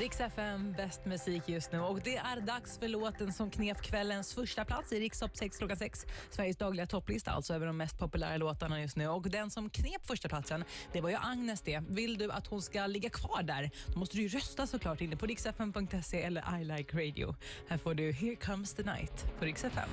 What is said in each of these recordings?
Rix FM, bäst musik just nu. Och det är dags för låten som knep kvällens första plats i Rix Top 6 klockan 6. Sveriges dagliga topplista, alltså över de mest populära låtarna just nu. Och den som knep första platsen, det var ju Agnes det. Vill du att hon ska ligga kvar där, då måste du ju rösta såklart inne på rixfm.se eller I Like Radio. Här får du Here Comes the Night på Rix FM.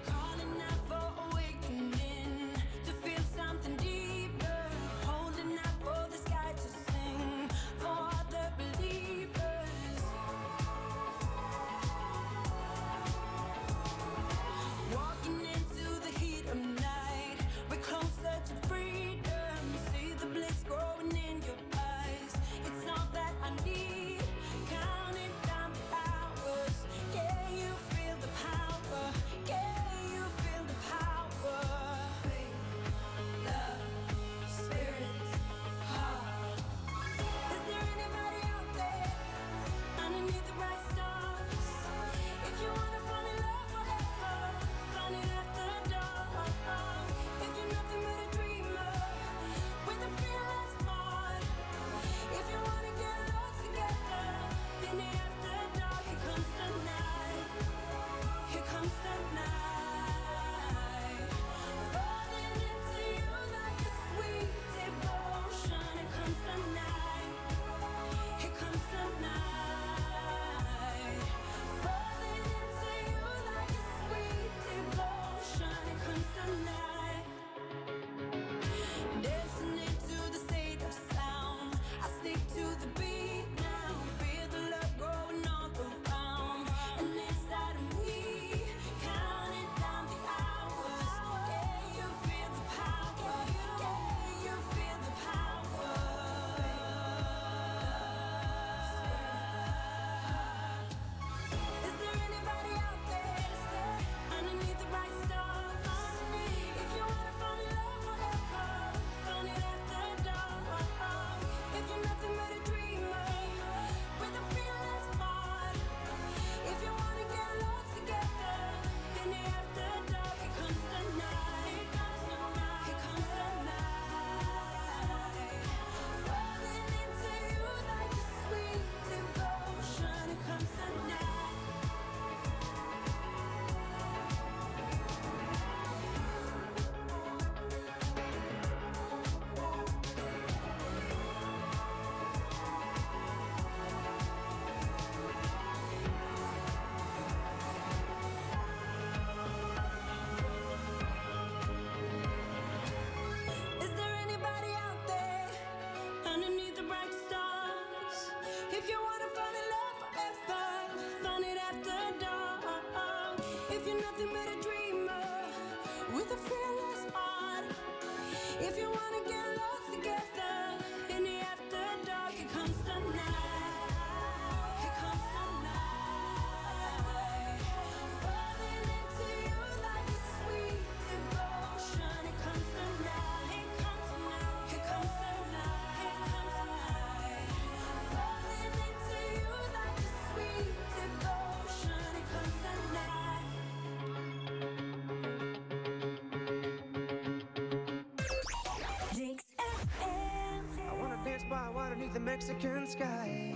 The Mexican sky,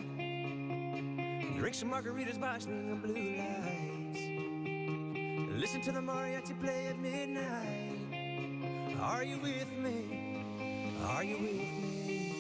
drink some margaritas by swinging blue lights, listen to the mariachi play at midnight. Are you with me? Are you with me?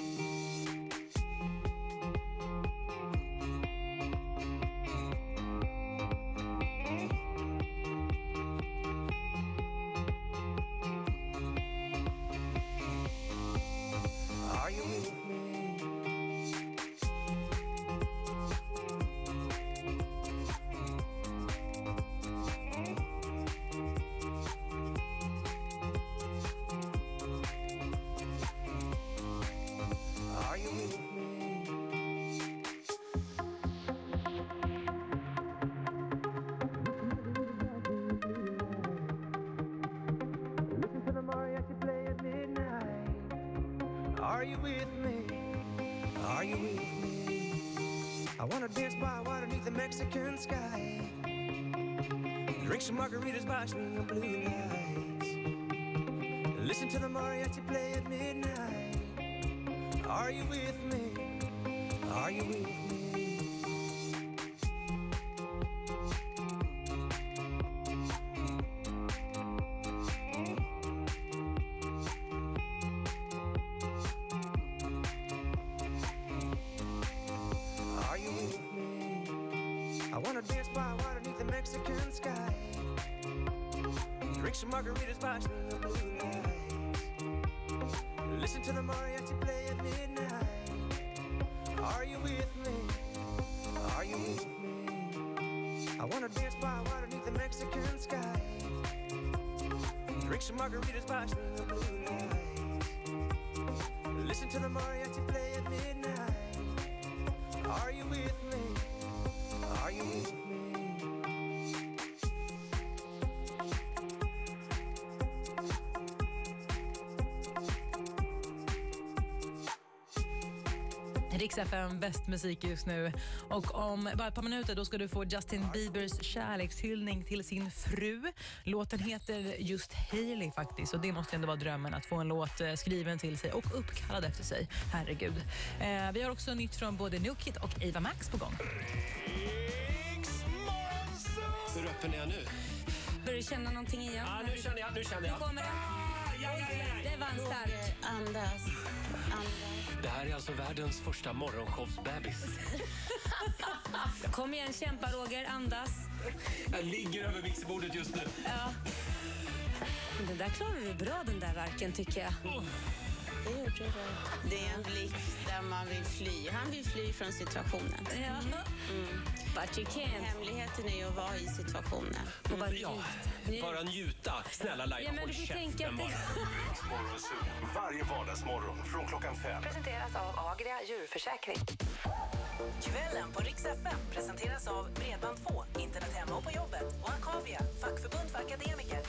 Are you with me? Are you with me? I wanna dance by water beneath the Mexican sky, drink some margaritas by swinging blue lights, listen to the mariachi play at midnight. Are you with me? Are you with me? wanna dance by water beneath the Mexican sky. Drink some margaritas by swinging blue lights. Listen to the mariachi play at midnight. Are you with me? Are you with me? I wanna dance by water beneath the Mexican sky. Drink some margaritas by swinging blue lights. Listen to the mariachi play at midnight. Are you with me? Are you with me? Rix FM, bäst musik just nu. Och om bara ett par minuter då ska du få Justin Biebers kärlekshyllning till sin fru. Låten heter just Hailey faktiskt, och det måste ändå vara drömmen att få en låt skriven till sig och uppkallad efter sig. Herregud. Vi har också nytt från både New Kid och Ava Max på gång. Hur öppen är jag nu? Börjar du känna någonting igen? Ja, nu känner jag. Nu kommer det. Det var en stark. Andas. Det här är alltså världens första morgonshowsbebis. Kom igen, kämpa Roger, andas. Jag ligger över mixerbordet just nu. Ja. Den där klarar du bra, den där verken, tycker jag. Det gjorde det. Det är en blick där man vill fly. Han vill fly från situationen. Ja. But you can't. Hemligheten är ju att vara i situationen. Och bara Bara njuta. Snälla Laila, ja, men du får tänka att det... Varje vardagsmorgon från klockan 5. Presenteras av Agria djurförsäkring. Kvällen på Rix FM presenteras av Bredband2, internet hemma och på jobbet, och Akavia, fackförbund för akademiker.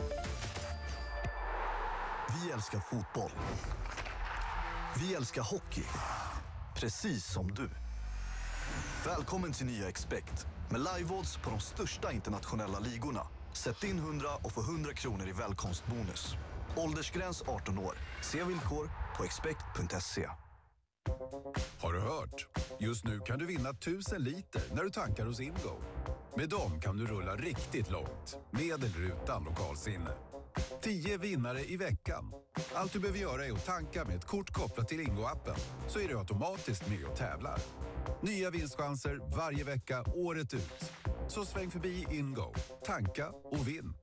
Vi älskar fotboll. Vi älskar hockey. Precis som du. Välkommen till nya Expect. Med live-odds på de största internationella ligorna. Sätt in 100 och få 100 kronor i välkomstbonus. Åldersgräns 18 år. Se villkor på expect.se. Har du hört? Just nu kan du vinna 1000 liter när du tankar hos Ingo. Med dem kan du rulla riktigt långt. Med eller utan lokalsinne. 10 vinnare i veckan. Allt du behöver göra är att tanka med ett kort kopplat till Ingo-appen. Så är du automatiskt med och tävlar. Nya vinstchanser varje vecka, året ut. Så sväng förbi Ingo. Tanka och vinn.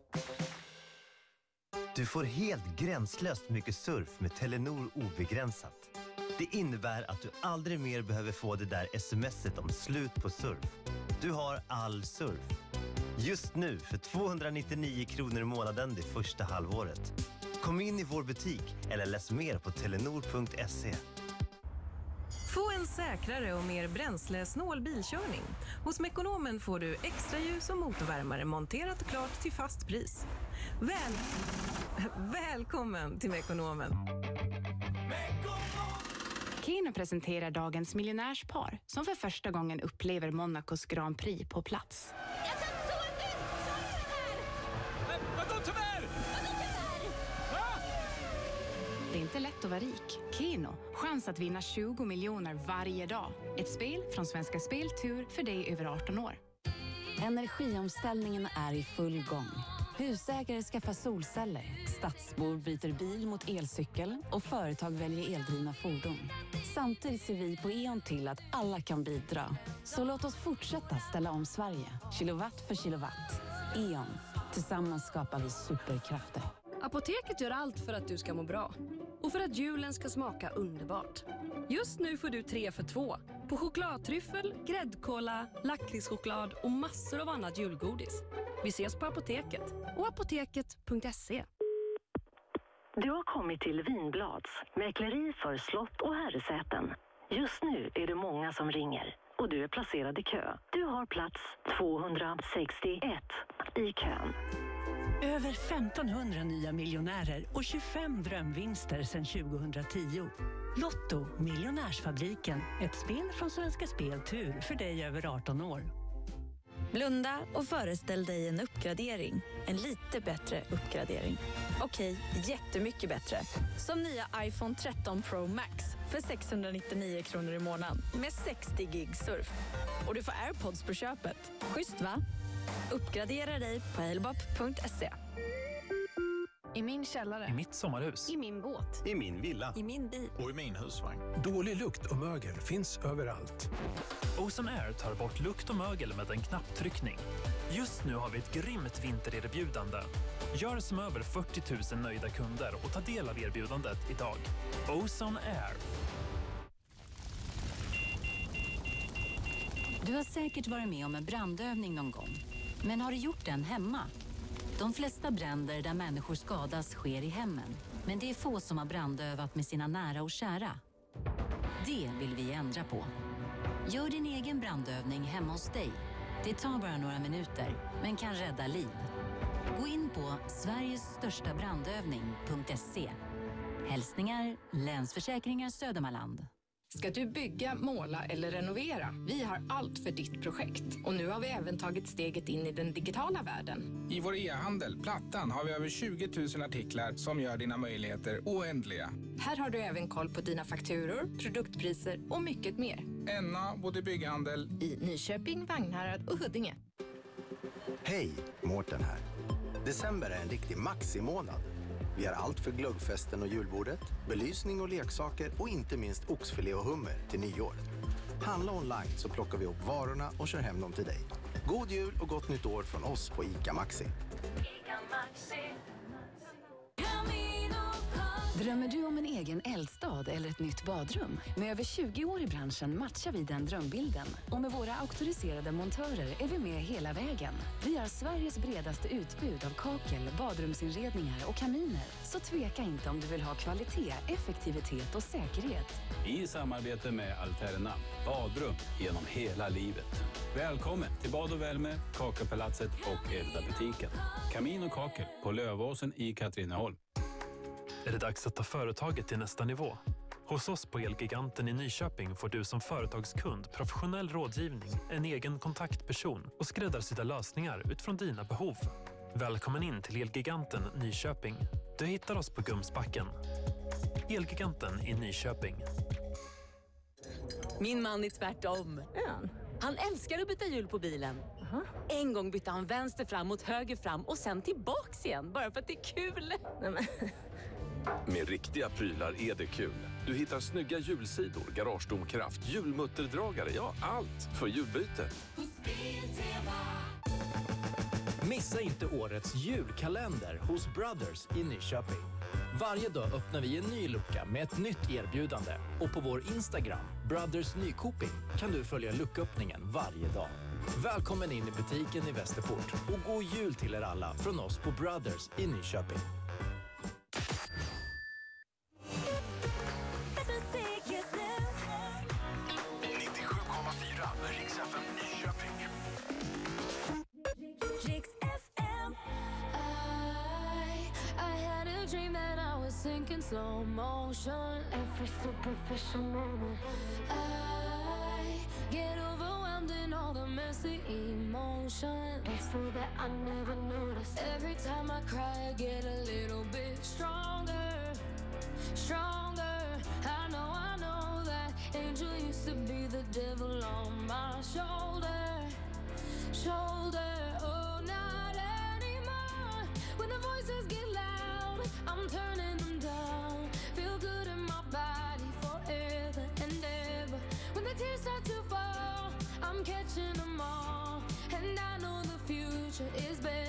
Du får helt gränslöst mycket surf med Telenor obegränsat. Det innebär att du aldrig mer behöver få det där smset om slut på surf. Du har all surf. Just nu för 299 kronor i månaden det första halvåret. Kom in i vår butik eller läs mer på telenor.se. Få en säkrare och mer bränslesnål bilkörning. Hos Mekonomen får du extra ljus och motorvärmare monterat och klart till fast pris. Välkommen till Mekonomen. Keno presenterar dagens miljonärspar som för första gången upplever Monacos Grand Prix på plats. Det är inte lätt att vara rik. Keno, chans att vinna 20 miljoner varje dag. Ett spel från Svenska Speltur för dig över 18 år. Energiomställningen är i full gång. Husägare skaffar solceller, stadsbor byter bil mot elcykel och företag väljer eldrivna fordon. Samtidigt ser vi på E.ON till att alla kan bidra. Så låt oss fortsätta ställa om Sverige, kilowatt för kilowatt. E.ON, tillsammans skapar vi superkrafter. Apoteket gör allt för att du ska må bra. Och för att julen ska smaka underbart. Just nu får du 3 för 2 på chokladtryffel, gräddkola, lakritschoklad och massor av annat julgodis. Vi ses på Apoteket och apoteket.se. Du har kommit till Vinblads, mäkleri för slott och herresäten. Just nu är det många som ringer och du är placerad i kö. Du har plats 261 i kön. Över 1500 nya miljonärer och 25 drömvinster sedan 2010. Lotto, Miljonärsfabriken. Ett spel från Svenska Speltur för dig över 18 år. Blunda och föreställ dig en uppgradering. En lite bättre uppgradering. Okej, jättemycket bättre. Som nya iPhone 13 Pro Max för 699 kronor i månaden med 60 gig surf. Och du får AirPods på köpet. Schysst va? Uppgradera dig på halebop.se. I min källare. I mitt sommarhus. I min båt. I min villa. I min bil. Och i min husvagn. Dålig lukt och mögel finns överallt. Ozone Air tar bort lukt och mögel med en knapptryckning. Just nu har vi ett grymt vintererbjudande. Gör som över 40 000 nöjda kunder och ta del av erbjudandet idag. Ozone Air. Du har säkert varit med om en brandövning någon gång. Men har du gjort den hemma? De flesta bränder där människor skadas sker i hemmen. Men det är få som har brandövat med sina nära och kära. Det vill vi ändra på. Gör din egen brandövning hemma hos dig. Det tar bara några minuter, men kan rädda liv. Gå in på sverigesstörstabrandövning.se. Hälsningar Länsförsäkringar Södermanland. Ska du bygga, måla eller renovera? Vi har allt för ditt projekt. Och nu har vi även tagit steget in i den digitala världen. I vår e-handel, Plattan, har vi över 20 000 artiklar som gör dina möjligheter oändliga. Här har du även koll på dina fakturor, produktpriser och mycket mer. Enna både bygghandel i Nyköping, Vagnhärad och Huddinge. Hej, Mårten här. December är en riktig maxi-månad. Vi har allt för glöggfesten och julbordet, belysning och leksaker och inte minst oxfilé och hummer till nyår. Handla online så plockar vi upp varorna och kör hem dem till dig. God jul och gott nytt år från oss på ICA Maxi. Drömmer du om en egen eldstad eller ett nytt badrum? Med över 20 år i branschen matchar vi den drömbilden. Och med våra auktoriserade montörer är vi med hela vägen. Vi har Sveriges bredaste utbud av kakel, badrumsinredningar och kaminer. Så tveka inte om du vill ha kvalitet, effektivitet och säkerhet. I samarbete med Alterna. Badrum genom hela livet. Välkommen till Bad och Värme, Kakelpalatset och Elda-butiken. Kamin och kakel på Lövåsen i Katrineholm. Är det dags att ta företaget till nästa nivå? Hos oss på Elgiganten i Nyköping får du som företagskund professionell rådgivning, en egen kontaktperson och skräddarsydda lösningar utifrån dina behov. Välkommen in till Elgiganten Nyköping. Du hittar oss på Gumsbacken. Elgiganten i Nyköping. Min man är tvärtom. Han älskar att byta hjul på bilen. En gång bytte han vänster fram mot höger fram och sen tillbaks igen, bara för att det är kul. Med riktiga prylar är det kul. Du hittar snygga hjulsidor, garagedomkraft, hjulmutterdragare, ja allt för julbytet. Missa inte årets julkalender hos Brothers i Nyköping. Varje dag öppnar vi en ny lucka med ett nytt erbjudande. Och på vår Instagram, Brothers Nykoping, kan du följa lucköppningen varje dag. Välkommen in i butiken i Västerport och god jul till er alla från oss på Brothers i Nyköping. Sinking slow motion. Every superficial moment I get overwhelmed in all the messy emotions. It's so that I never noticed. Every time I cry I get a little bit stronger. Stronger. I know that angel used to be the devil on my shoulder. Shoulder. Oh, not anymore. When the voices get loud I'm turning them down. Feel good in my body forever and ever. When the tears start to fall, I'm catching them all. And I know the future is better.